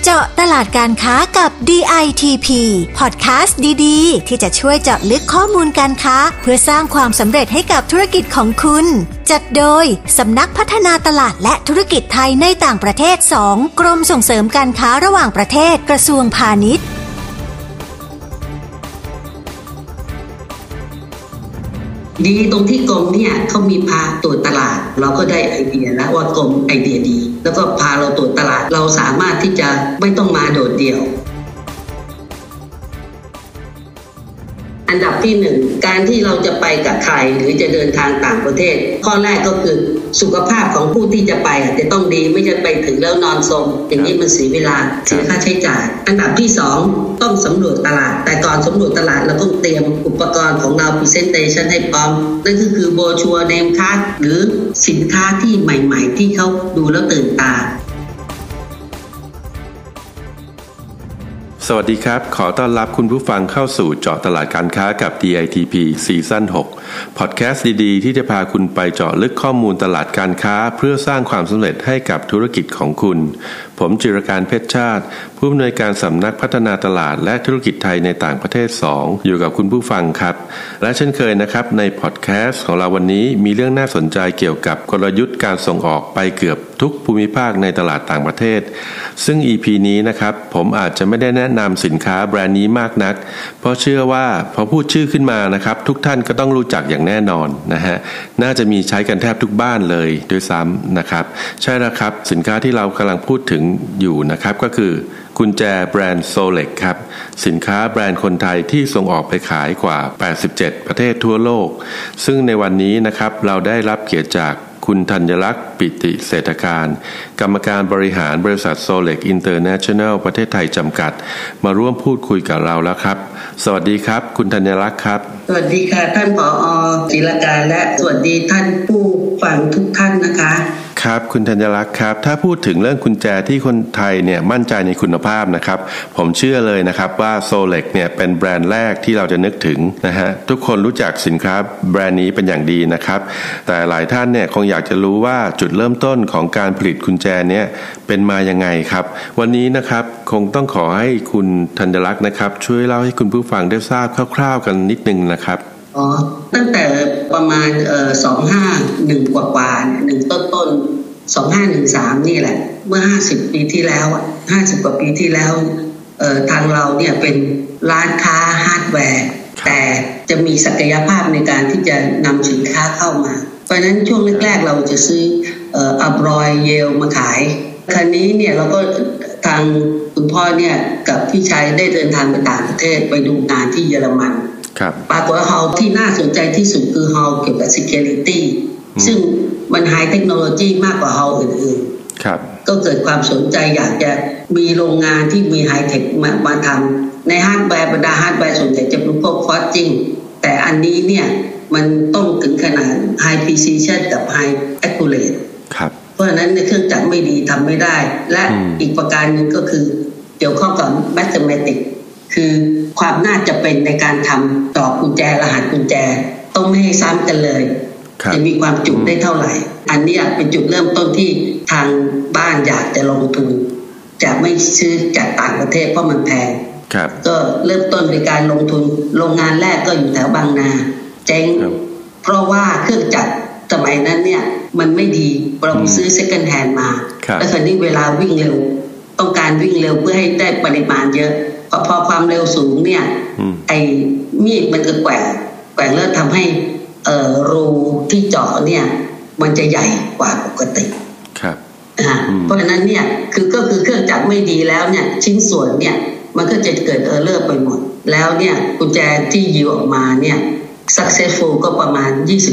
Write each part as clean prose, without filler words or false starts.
เจาะตลาดการค้ากับ DITP พอดแคสต์ดีๆที่จะช่วยเจาะลึกข้อมูลการค้าเพื่อสร้างความสำเร็จให้กับธุรกิจของคุณจัดโดยสำนักพัฒนาตลาดและธุรกิจไทยในต่างประเทศ 2 กรมส่งเสริมการค้าระหว่างประเทศกระทรวงพาณิชย์ดีตรงที่กรมเนี่ยเขามีพาตรวจตลาดเราก็ได้ไอเดียแล้วว่ากรมไอเดียดีแล้วก็พาเราตรวจตลาดเราสามารถที่จะไม่ต้องมาโดดเดี่ยวอันดับที่1การที่เราจะไปกับใครหรือจะเดินทางต่างประเทศข้อแรกก็คือสุขภาพของผู้ที่จะไปจะต้องดีไม่จะไปถึงแล้วนอนสมอย่างนี้มันเสียเวลาเสียค่าใช้จ่ายอันดับที่2ต้องสำรวจตลาดแต่ก่อนสำรวจตลาดเราต้องเตรียมอุปกรณ์ของเรา presentation ให้พร้อมนั่นก็คือโบรชัวร์ name card หรือสินค้าที่ใหม่ๆที่เขาดูแล้วตื่นตาสวัสดีครับขอต้อนรับคุณผู้ฟังเข้าสู่เจาะตลาดการค้ากับ DITP ซีซั่น 6 พอดแคสต์ดีๆที่จะพาคุณไปเจาะลึกข้อมูลตลาดการค้าเพื่อสร้างความสำเร็จให้กับธุรกิจของคุณผมจิรการเพชรชาติผู้อำนวยการสำนักพัฒนาตลาดและธุรกิจไทยในต่างประเทศ 2 อยู่กับคุณผู้ฟังครับและเช่นเคยนะครับในพอดแคสต์ของเราวันนี้มีเรื่องน่าสนใจเกี่ยวกับกลยุทธ์การส่งออกไปเกือบทุกภูมิภาคในตลาดต่างประเทศซึ่ง EP นี้นะครับผมอาจจะไม่ได้แนะนำสินค้าแบรนด์นี้มากนักเพราะเชื่อว่าพอพูดชื่อขึ้นมานะครับทุกท่านก็ต้องรู้จักอย่างแน่นอนนะฮะน่าจะมีใช้กันแทบทุกบ้านเลยด้วยซ้ำนะครับใช่แล้วครับสินค้าที่เรากำลังพูดถึงอยู่นะครับก็คือกุญแจแบรนด์ Solex ครับสินค้าแบรนด์คนไทยที่ส่งออกไปขายกว่า87ประเทศทั่วโลกซึ่งในวันนี้นะครับเราได้รับเกียรติจากคุณธัญลักษณ์ปิติเศรษฐการกรรมการบริหารบริษัท Solex International ประเทศไทยจำกัดมาร่วมพูดคุยกับเราแล้วครับสวัสดีครับคุณธัญลักษณ์ครับสวัสดีค่ะท่านผอ.จิรการและสวัสดีท่านผู้ฟังทุกท่านนะคะครับคุณธัญลักษณ์ครับถ้าพูดถึงเรื่องกุญแจที่คนไทยเนี่ยมั่นใจในคุณภาพนะครับผมเชื่อเลยนะครับว่า Solex เนี่ยเป็นแบรนด์แรกที่เราจะนึกถึงนะฮะทุกคนรู้จักสินค้าแบรนด์นี้เป็นอย่างดีนะครับแต่หลายท่านเนี่ยคงอยากจะรู้ว่าจุดเริ่มต้นของการผลิตกุญแจเนี่ยเป็นมายังไงครับวันนี้นะครับคงต้องขอให้คุณธัญลักษณ์นะครับช่วยเล่าให้คุณผู้ฟังได้ทราบคร่าวๆกันนิดนึงนะครับตั้งแต่ประมาณ251กว่าๆ1ต้น2513นี่แหละเมื่อ50ปีที่แล้ว50กว่าปีที่แล้วทางเราเนี่ยเป็นร้านค้าฮาร์ดแวร์แต่จะมีศักยภาพในการที่จะนำสินค้าเข้ามาเพราะฉะนั้นช่วงแรกๆเราจะซื้ออับรอยเยลมาขายคราวนี้เนี่ยเราก็ทางคุณพ่อเนี่ยกับพี่ชายได้เดินทางไปต่างประเทศไปดูงานที่เยอรมันปรากฏว่า Hall ที่น่าสนใจที่สุดคือ Hall เกี่ยวกับ security ซึ่งมัน high technology มากกว่า Hall อื่นๆก็เกิดความสนใจอยากจะมีโรงงานที่มี high tech มาทำในฮาร์ดแวร์บรรดาฮาร์ดแวร์ส่วนใหญ่จะเป็นพวก forging แต่อันนี้เนี่ยมันต้องถึงขนาด high precision กับ high accurate เพราะฉะนั้นในเครื่องจักรไม่ดีทำไม่ได้และอีกประการหนึ่งก็คือเกี่ยวข้องกับ mathematics คือความน่าจะเป็นในการทำต่อกุญแจรหัสกุญแจต้องไม่ให้ซ้ำกันเลยจะมีความจุได้เท่าไหร่อันนี้เป็นจุดเริ่มต้นที่ทางบ้านอยากจะลงทุนจะไม่ซื้อจากต่างประเทศเพราะมันแพงก็เริ่มต้นในการลงทุนโรงงานแรกก็อยู่แถวบางนาเจ๊งเพราะว่าเครื่องจักรสมัยนั้นเนี่ยมันไม่ดีเราซื้อ second hand มาแล้วคราวนี้เวลาวิ่งเร็วต้องการวิ่งเร็วเพื่อให้ได้ปริมาณเยอะพอความเร็วสูงเนี่ยไอ้มีดมันก็แกว่งแล้วทำให้รูที่เจาะเนี่ยมันจะใหญ่กว่าปกติเพราะฉะนั้นเนี่ยก็คือเครื่องจักรไม่ดีแล้วเนี่ยชิ้นส่วนเนี่ยมันก็จะเกิดเลอร์ไปหมดแล้วเนี่ยกุญแจที่ยิวออกมาเนี่ย successful ก็ประมาณ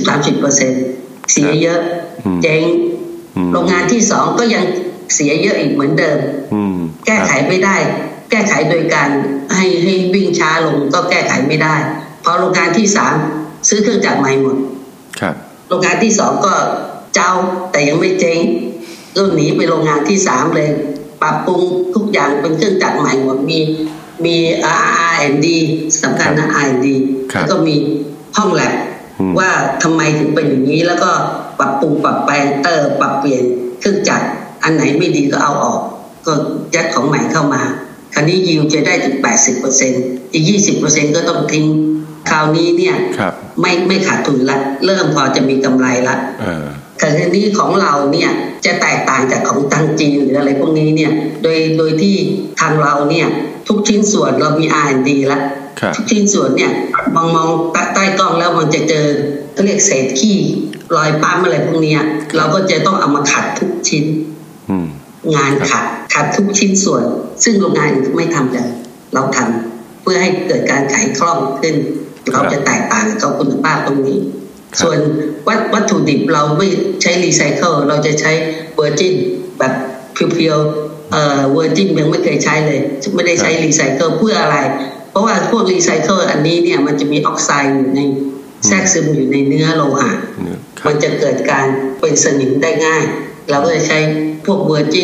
20-30% เสียเยอะเจ๊งโรงงานที่2ก็ยังเสียเยอะอีกเหมือนเดิมแก้ไขไม่ได้แก้ไขโดยการให้วิ่งช้าลงก็แก้ไขไม่ได้พอโรงงานที่3ซื้อเครื่องจักรใหม่หมดโรงงานที่2ก็เจ้าแต่ยังไม่เจ๊งก็หนีไปโรงงานที่3เลยปรับปรุงทุกอย่างเป็นเครื่องจักรใหม่หมดมี R&D สำคัญนะ R&D แล้วก็มีห้องแลบว่าทำไมถึงเป็นอย่างนี้แล้วก็ปรับปรุงปรับแปลงปรับเปลี่ยนเครื่องจักรอันไหนไม่ดีก็เอาออกก็ยัดของใหม่เข้ามาคราวนี้ยิวจะได้ถึง 80% อีก 20% ก็ต้องทิ้งคราวนี้เนี่ยไม่ขาดทุนละเริ่มพอจะมีกำไรละแต่ทีนี้ของเราเนี่ยจะแตกต่างจากของทางจีนหรืออะไรพวกนี้เนี่ยโดยที่ทางเราเนี่ยทุกชิ้นส่วนเรามี R&D ละทุกชิ้นส่วนเนี่ยมองใต้กล้องแล้วมันจะเจอเขาเรียกเศษขี้รอยปั๊มอะไรพวกนี้เราก็จะต้องเอามาขัดทุกชิ้นงานขัดทุกชิ้นส่วนซึ่งโรงงานไม่ทำกันเราทำเพื่อให้เกิดการขายคล่องขึ้นเราจะแตกต่างกับคุณภาพตรงนี้ส่วนวัตถุดิบเราไม่ใช้รีไซเคิลเราจะใช้เวอร์จินแบบเพียวๆเวอร์จินยังไม่เคยใช้เลยไม่ได้ใช้รีไซเคิลเพื่ออะไรเพราะว่าพวกรีไซเคิลอันนี้เนี่ยมันจะมีออกไซด์อยู่ในแทรกซึมอยู่ในเนื้อโลหะมันจะเกิดการเป็นสนิมได้ง่ายเราก็จะใช้พวกเวอร์จิน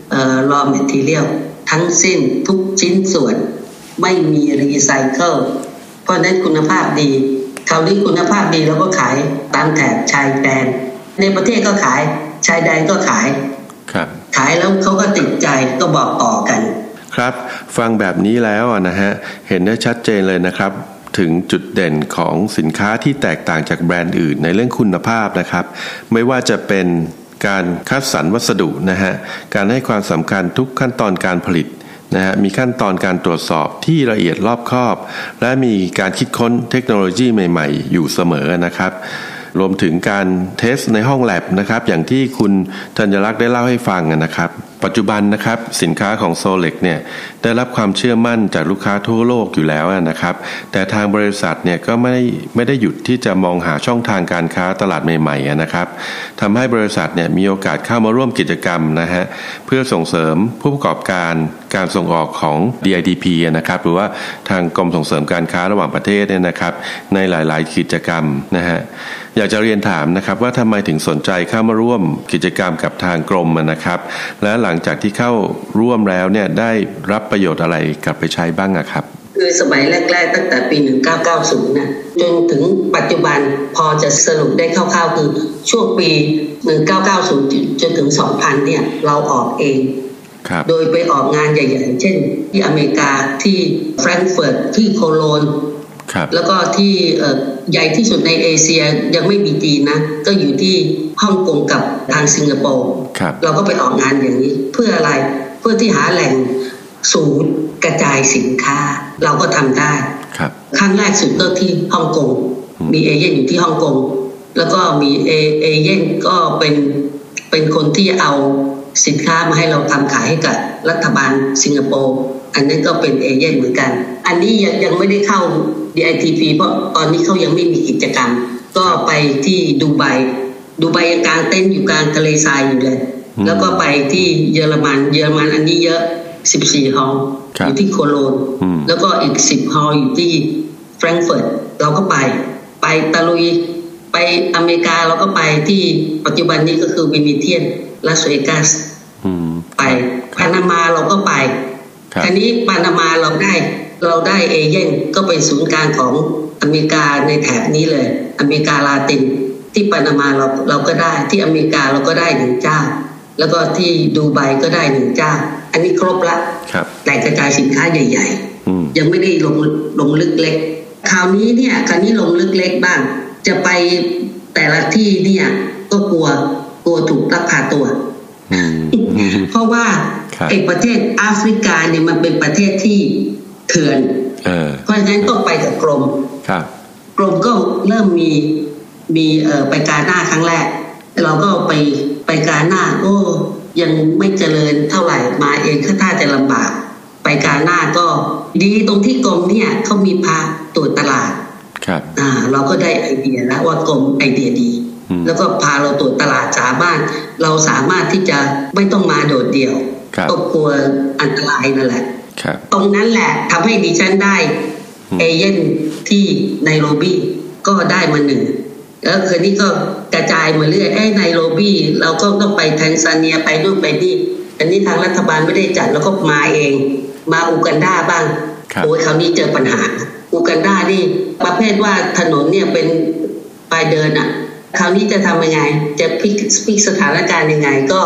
raw material ทั้งสิ้นทุกชิ้นส่วนไม่มีรีไซเคิลเพราะนั้นคุณภาพดีคราวนี้คุณภาพดีเราก็ขายตามแถบชายแดนในประเทศก็ขายชายแดนก็ขายขายแล้วเขาก็ติดใจก็บอกต่อกันครับฟังแบบนี้แล้วนะฮะเห็นได้ชัดเจนเลยนะครับถึงจุดเด่นของสินค้าที่แตกต่างจากแบรนด์อื่นในเรื่องคุณภาพนะครับไม่ว่าจะเป็นการคัดสรรวัสดุนะฮะการให้ความสำคัญทุกขั้นตอนการผลิตนะฮะมีขั้นตอนการตรวจสอบที่ละเอียดรอบคอบและมีการคิดค้นเทคโนโลยีใหม่ๆอยู่เสมอนะครับรวมถึงการเทสในห้องแลบนะครับอย่างที่คุณธัญลักษณ์ได้เล่าให้ฟังนะครับปัจจุบันนะครับสินค้าของ Solex เนี่ยได้รับความเชื่อมั่นจากลูกค้าทั่วโลกอยู่แล้วนะครับแต่ทางบริษัทเนี่ยก็ไม่ได้หยุดที่จะมองหาช่องทางการค้าตลาดใหม่ๆนะครับทำให้บริษัทเนี่ยมีโอกาสเข้ามาร่วมกิจกรรมนะฮะเพื่อส่งเสริมผู้ประกอบการส่งออกของ DITP นะครับหรือว่าทางกรมส่งเสริมการค้าระหว่างประเทศเนี่ยนะครับในหลายๆกิจกรรมนะฮะอยากจะเรียนถามนะครับว่าทำไมถึงสนใจเข้ามาร่วมกิจกรรมกับทางกรมนะครับและหลังจากที่เข้าร่วมแล้วเนี่ยได้รับประโยชน์อะไรกลับไปใช้บ้างครับคือสมัยแรกๆตั้งแต่ปี 1990นะจนถึงปัจจุบันพอจะสรุปได้คร่าวๆคือช่วงปี 1990 จนถึง 2000 เนี่ยเราออกเองโดยไปออกงานใหญ่ๆเช่นที่อเมริกาที่แฟรงก์เฟิร์ตที่โคโลนแล้วก็ที่ใหญ่ที่สุดในเอเชียยังไม่มีจีนนะก็อยู่ที่ฮ่องกงกับทางสิงคโปร์เราก็ไปออกงานอย่างนี้เพื่ออะไรเพื่อที่หาแหล่งศูนย์กระจายสินค้าเราก็ทำได้ครั้งแรกสุดก็ที่ฮ่องกงมีเอเย่นอยู่ที่ฮ่องกงแล้วก็มีเอเย่นก็เป็นคนที่เอาสินค้ามาให้เราทำขายให้กับรัฐบาลสิงคโปร์อันนั้นก็เป็นเอเย่นเหมือนกันอันนี้ยังไม่ได้เข้า DITP เพราะตอนนี้เขายังไม่มีกิจกรรมก็ไปที่ดูไบยังกลางเต็นท์อยู่กลางทะเลทรายอยู่เลยแล้วก็ไปที่เยอรมันอันนี้เยอะ14ฮอลล์อยู่ที่โคโลนแล้วก็อีก10ฮอลล์อยู่ที่แฟรงก์เฟิร์ตเราก็ไปตะลุยไปอเมริกาเราก็ไปที่ปัจจุบันนี้ก็คือวินิเทียนลาสเวกัสไปปานามาเราก็ไปทีนี้ปานามาเราได้เอเย่นก็เป็นศูนย์กลางของอเมริกาในแถบนี้เลยอเมริกาลาตินที่ปานามาเราก็ได้ที่อเมริกาเราก็ได้1เจ้าแล้วก็ที่ดูไบก็ได้1เจ้าอันนี้ครบละแหล่งกระจายสินค้าใหญ่ๆยังไม่ได้ลงลึกเล็กคราวนี้ลงลึกเล็กบ้างจะไปแต่ละที่เนี่ยก็กลัวถูกลักพาตัวเพราะว่าไอ้ประเทศแอฟริกาเนี่ยมันเป็นประเทศที่เถื่อนเพราะฉะนั้นต้องไปกับกรมก็เริ่มมีไปกาหน้าครั้งแรกเราก็ไปกาหน้าก็ยังไม่เจริญเท่าไหร่มาเองถ้าจะลำบากไปกาหน้าก็ดีตรงที่กรมเนี่ยเขามีพาตรวจตลาดเราก็ได้ไอเดียแล้วว่ากรมไอเดียดีแล้วก็พาเราตรวจตลาดเราสามารถที่จะไม่ต้องมาโดดเดี่ยวต้องกลัวอันตรายนั่นแหละตรงนั้นแหละทำให้ดิฉันได้เอเย่นที่ไนโรบีก็ได้มา1แล้วคืนนี้ก็กระจายมาเรื่อยไนโรบีเราก็ต้องไปแทนซาเนียไปนู่นไปนี่อันนี้ทางรัฐบาลไม่ได้จัดแล้วก็มาเองมาอูกันดาบ้างโอ้ยคราวนี้เจอปัญหาอูกันดานี่ประเภทว่าถนนเนี่ยเป็นปลายเดินคราวนี้จะทำยังไงจะพลิกสถานการณ์ยังไงก็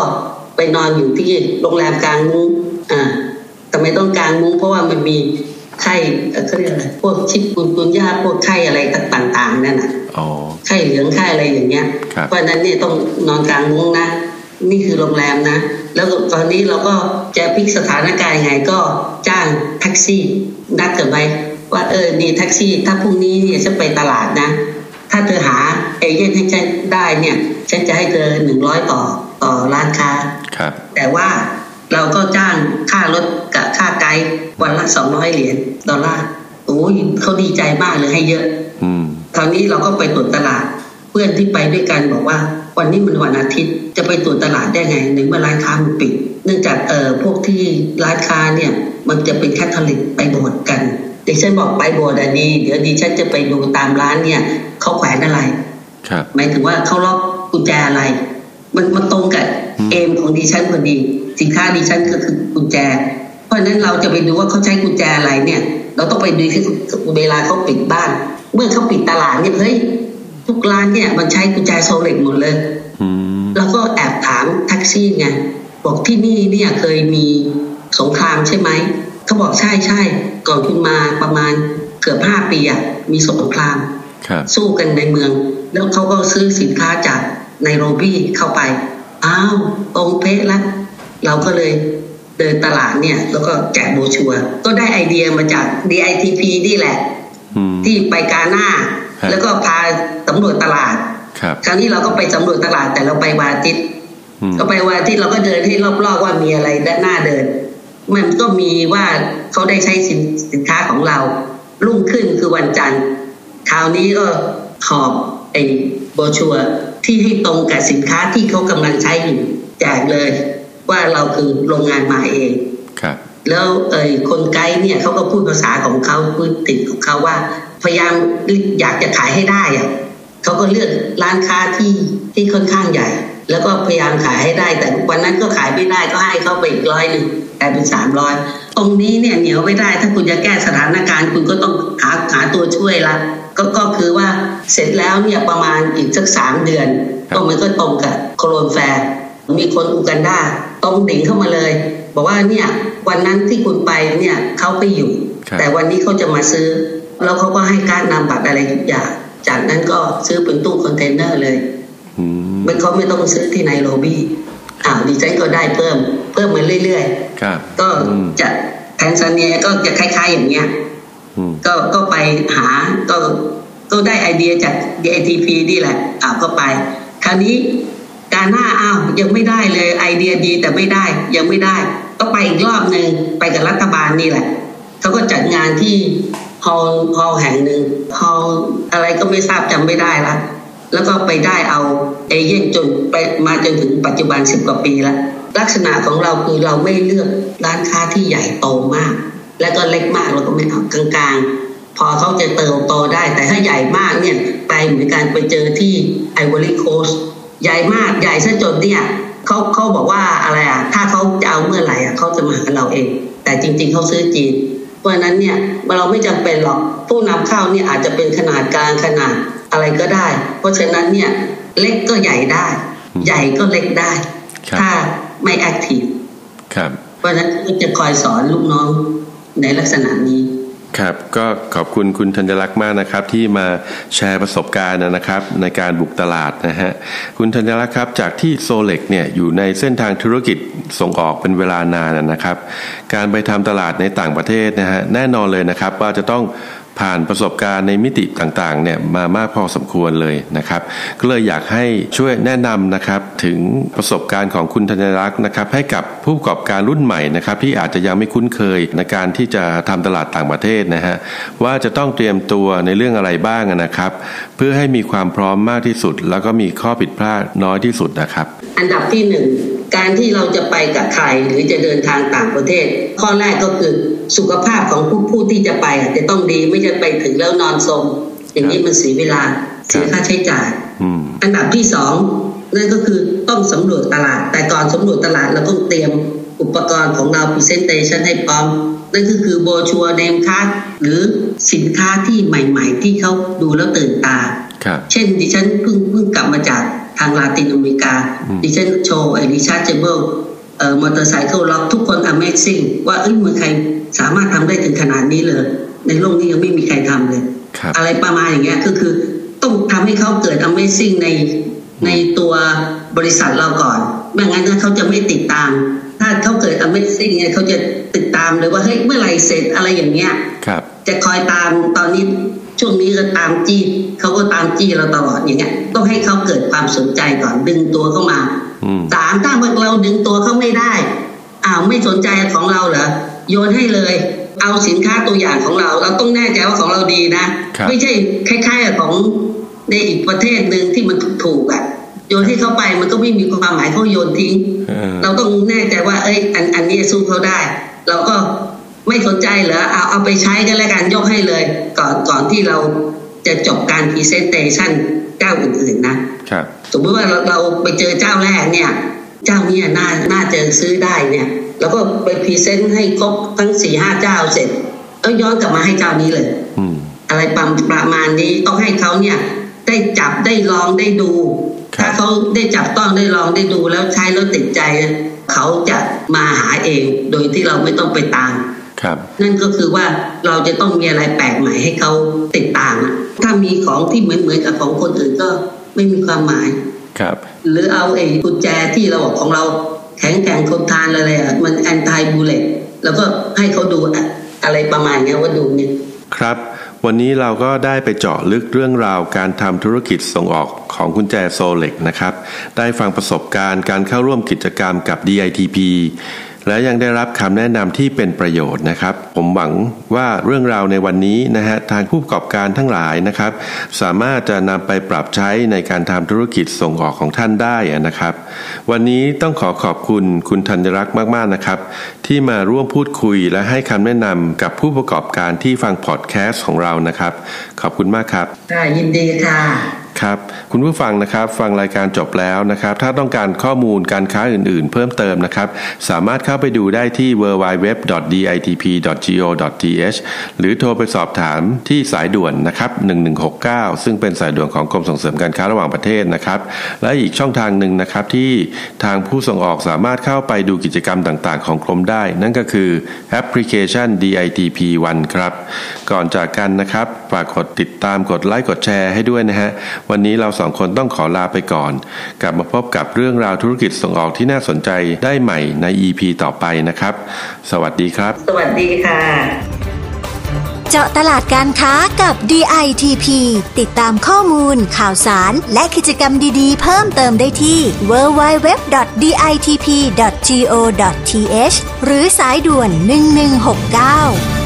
ไปนอนอยู่ที่โรงแรมกลางมุ้งทำไมต้องกลางมุ้งเพราะว่ามันมีไข้เขาเรียกอะไรพวกชิปกุนย่าพวกไข้อะไรต่างๆนั่นน่ะไข้เหลืองไข้อะไรอย่างเงี้ยเพราะนั้นเนี่ยต้องนอนกลางมุ้งนะนี่คือโรงแรมนะแล้วตอนนี้เราก็จะพลิกสถานการณ์ไงก็จ้างแท็กซี่นัดกันไว้ว่านี่แท็กซี่ถ้าพรุ่งนี้เนี่ยจะไปตลาดนะถ้าเธอหาเอเจนต์ให้ฉันได้เนี่ยฉันจะให้เธอ100ต่อร้านค้าแต่ว่าเราก็จ้างค่ารถกับค่าไกด์วันละ$200โอ้ยเขาดีใจมากเลยให้เยอะคราวนี้เราก็ไปตรวจตลาดเพื่อนที่ไปด้วยกันบอกว่าวันนี้มันวันอาทิตย์จะไปตรวจตลาดได้ไงในเมื่อร้านค้ามันปิดเนื่องจากพวกที่ร้านค้าเนี่ยมันจะเป็นแคทอลิกไปโบสถ์กันดิฉันบอกไปโบสถ์ดีเดี๋ยวดิฉันจะไปดูตามร้านเนี่ยเขาแขวนอะไรหมายถึงว่าเขาล็อกกุญแจอะไรมันตรงกับเอมของดิฉันพอดีสินค้าดิฉันก็คือกุญแจเพราะฉะนั้นเราจะไปดูว่าเขาใช้กุญแจอะไรเนี่ยเราต้องไปดูที่เวลาเขาปิดบ้านเมื่อเขาปิดตลาดเนี่ยเฮ้ยทุกร้านเนี่ยมันใช้กุญแจโซเล็กหมดเลยแล้วก็แอบถามแท็กซี่ไงบอกที่นี่เนี่ยเคยมีสงครามใช่ไหมเขาบอกใช่ก่อนคุณมาประมาณเกือบ5 ปีมีสงครามสู้กันในเมืองแล้วเขาก็ซื้อสินค้าจากไนโรบีเข้าไปอ้าวตรงเป๊ะแล้วเราก็เลยเดินตลาดเนี่ยแล้วก็แจกโบรชัวร์ก็ได้ไอเดียมาจาก DITP นี่แหละที่ไปกาหน้าแล้วก็พาสำรวจตลาดคราวนี้เราก็ไปสำรวจตลาดแต่เราไปวันอาทิตย์ก็ไปวันอาทิตย์เราก็เดินที่รอบๆว่ามีอะไรด้านหน้าเดินมันก็มีว่าเขาได้ใช้สินค้าของเรารุ่งขึ้นคือวันจันทร์คราวนี้ก็ขอบไอ้โบรชัวร์ที่ให้ตรงกับสินค้าที่เขากำลังใช้อยู่แจกเลยว่าเราคือโรงงานมาเองแล้วคนไกด์เนี่ยเขาก็พูดภาษาของเขาพูดติดของเขาว่าพยายามอยากจะขายให้ได้เขาก็เลือกร้านค้าที่ค่อนข้างใหญ่แล้วก็พยายามขายให้ได้แต่วันนั้นก็ขายไม่ได้ก็ให้เขาไปอีก100กลายเป็น300ตรงนี้เนี่ยเหนียวไม่ได้ถ้าคุณจะแก้สถานการณ์คุณก็ต้องหาตัวช่วยละก็คือว่าเสร็จแล้วเนี่ยประมาณอีกสัก3 เดือนก็มันก็ตรงกับโคโลนแฟร์มีคนอูกันดาตรงดิ่งเข้ามาเลยบอกว่าเนี่ยวันนั้นที่คุณไปเนี่ยเขาไปอยู่แต่วันนี้เขาจะมาซื้อแล้วเขาก็ให้การนำบัตรอะไรทุกอย่างจากนั้นก็ซื้อเป็นตู้คอนเทนเนอร์เลยเขาไม่ต้องซื้อที่ไนโรบีดิฉันก็ได้เพิ่มมาเรื่อยๆก็จะแทนซาเนียก็จะคล้ายๆอย่างเงี้ยก็ไปหาก็ได้ไอเดียจาก DITP นี่แหละก็ไปคราวนี้การหน้ายังไม่ได้เลยไอเดียดีแต่ไม่ได้ยังไม่ได้ก็ไปอีกรอบนึงไปกับรัฐบาลนี่แหละเขาก็จัดงานที่ฮอลล์แห่งหนึ่งฮอลล์อะไรก็ไม่ทราบจำไม่ได้ละแล้วก็ไปได้เอาเอเย่นจนไปมาจนถึงปัจจุบัน10 กว่าปีแล้วลักษณะของเราคือเราไม่เลือกร้านค้าที่ใหญ่โตมากแล้วก็เล็กมากเราก็ไม่เอากลางๆพอเขาจะเติบโตได้แต่ถ้าใหญ่มากเนี่ยไปเหมือนกันไปเจอที่ไอวอรี่โคสต์ใหญ่มากใหญ่ซะจนเนี่ยเขาบอกว่าอะไรถ้าเขาจะเอาเมื่อไหร่เขาจะมาหาเราเองแต่จริงๆเขาซื้อจีนเพราะนั้นเนี่ยเราไม่จำเป็นหรอกผู้นำเข้าเนี่ยอาจจะเป็นขนาดกลางขนาดอะไรก็ได้เพราะฉะนั้นเนี่ยเล็กก็ใหญ่ได้ใหญ่ก็เล็กได้ถ้าไม่แอคทีฟเพราะฉะนั้นก็จะคอยสอนลูกน้องในลักษณะนี้ครับก็ขอบคุณคุณธัญลักษณ์มากนะครับที่มาแชร์ประสบการณ์นะครับในการบุกตลาดนะฮะคุณธัญลักษณ์ครับจากที่โซเล็กเนี่ยอยู่ในเส้นทางธุรกิจส่งออกเป็นเวลานานนะครับการไปทำตลาดในต่างประเทศนะฮะแน่นอนเลยนะครับว่าจะต้องผ่านประสบการณ์ในมิติต่างๆเนี่ยมามากพอสมควรเลยนะครับก็เลยอยากให้ช่วยแนะนำนะครับถึงประสบการณ์ของคุณธัญลักษณ์นะครับให้กับผู้ประกอบการรุ่นใหม่นะครับที่อาจจะยังไม่คุ้นเคยในการที่จะทำตลาดต่างประเทศนะฮะว่าจะต้องเตรียมตัวในเรื่องอะไรบ้างนะครับเพื่อให้มีความพร้อมมากที่สุดแล้วก็มีข้อผิดพลาดน้อยที่สุดนะครับอันดับที่1การที่เราจะไปกับใครหรือจะเดินทางต่างประเทศข้อแรกก็คือสุขภาพของผู้ที่จะไปจะต้องดีไม่จะไปถึงแล้วนอนสมอย่างนี้มันเสียเวลาเสียค่าใช้จ่ายอันดับที่2นั่นก็คือต้องสำรวจตลาดแต่ก่อนสำรวจตลาดเราต้องเตรียมอุปกรณ์ของเรา presentation ให้พร้อมนั่นก็คือโบรชัวร์เนมการ์ดหรือสินค้าที่ใหม่ๆที่เขาดูแล้วตื่นตาเช่นดิฉันเพิ่งกลับมาจากทางลาตินอเมริกาดิฉันโชว์rechargeableมอเตอร์ไซค์ล็อกทุกคน Amazing ว่าเมืองไทยสามารถทำได้ถึงขนาดนี้เลยในโลกนี้ยังไม่มีใครทำเลยอะไรประมาณอย่างเงี้ยคือต้องทำให้เขาเกิด Amazing ในตัวบริษัทเราก่อนไม่งั้นเขาจะไม่ติดตามถ้าเขาเกิด Amazing เนี่ยเขาจะติดตามเลยว่าเฮ้ยเมื่อไหร่เสร็จอะไรอย่างเงี้ยจะคอยตามตอนนี้ช่วงนี้ก็ตามจี้เขาก็ตามจี้เราตลอดอย่างเงี้ยต้องให้เขาเกิดความสนใจก่อนดึงตัวเข้ามาถ้าเราดึงตัวเขาไม่ได้ไม่สนใจของเราเหรอโยนให้เลยเอาสินค้าตัวอย่างของเราต้องแน่ใจว่าของเราดีนะไม่ใช่คล้ายๆของในอีกประเทศนึงที่มันถูกโยนให้เขาไปมันก็ไม่มีความหมายเขาโยนทิ้งเราต้องแน่ใจว่าอันนี้สู้เขาได้เราก็ไม่สนใจเหรอเอาไปใช้กันแล้วกันยกให้เลยก่อนที่เราจะจบการพรีเซนเตชันเจ้าอื่นๆนะสมมติว่าเราไปเจอเจ้าแรกเนี่ยเจ้านี้น่าจะซื้อได้เนี่ยแล้วก็ไปพรีเซนต์ให้ครบทั้ง 4-5 เจ้าเสร็จย้อนกลับมาให้เจ้านี้เลยอะไรประมาณนี้ต้องให้เขาเนี่ยได้จับได้ลองได้ดูถ้าเขาได้จับต้องได้ลองได้ดูแล้วใช้แล้วติดใจเขาจะมาหาเองโดยที่เราไม่ต้องไปตามนั่นก็คือว่าเราจะต้องมีอะไรแปลกใหม่ให้เขาติดตามถ้ามีของที่เหมือนกับของคนอื่นก็ไม่มีความหมายหรือเอากุญแจที่เราบอกของเราแข็งแกร่งทนทานอะไรมันแอนตี้บูเลตแล้วก็ให้เขาดูอะไรประมาณนี้ว่าดูเนี่ยครับวันนี้เราก็ได้ไปเจาะลึกเรื่องราวการทำธุรกิจส่งออกของกุญแจโซเล็กนะครับได้ฟังประสบการณ์การเข้าร่วมกิจกรรมกับ DITP และยังได้รับคำแนะนำที่เป็นประโยชน์นะครับผมหวังว่าเรื่องราวในวันนี้นะฮะทางผู้ประกอบการทั้งหลายนะครับสามารถจะนำไปปรับใช้ในการทำธุรกิจส่งออกของท่านได้นะครับวันนี้ต้องขอบคุณคุณธัญรักษ์มากๆนะครับที่มาร่วมพูดคุยและให้คำแนะนำกับผู้ประกอบการที่ฟังพอดแคสต์ของเรานะครับขอบคุณมากครับยินดีค่ะครับคุณผู้ฟังนะครับฟังรายการจบแล้วนะครับถ้าต้องการข้อมูลการค้าอื่นๆเพิ่มเติมนะครับสามารถเข้าไปดูได้ที่ www.ditp.go.th หรือโทรไปสอบถามที่สายด่วนนะครับ1169ซึ่งเป็นสายด่วนของกรมส่งเสริมการค้าระหว่างประเทศนะครับและอีกช่องทางหนึ่งนะครับที่ทางผู้ส่งออกสามารถเข้าไปดูกิจกรรมต่างๆของกรมได้นั่นก็คือแอปพลิเคชัน DITP One ครับก่อนจากกันนะครับฝากกดติดตามกดไลค์กดแชร์ให้ด้วยนะฮะวันนี้เราสองคนต้องขอลาไปก่อนกลับมาพบกับเรื่องราวธุรกิจส่งออกที่น่าสนใจได้ใหม่ใน EP ต่อไปนะครับสวัสดีครับสวัสดีค่ะเจาะตลาดการค้ากับ DITP ติดตามข้อมูลข่าวสารและกิจกรรมดีๆเพิ่มเติมได้ที่ www.ditp.go.th หรือสายด่วน1169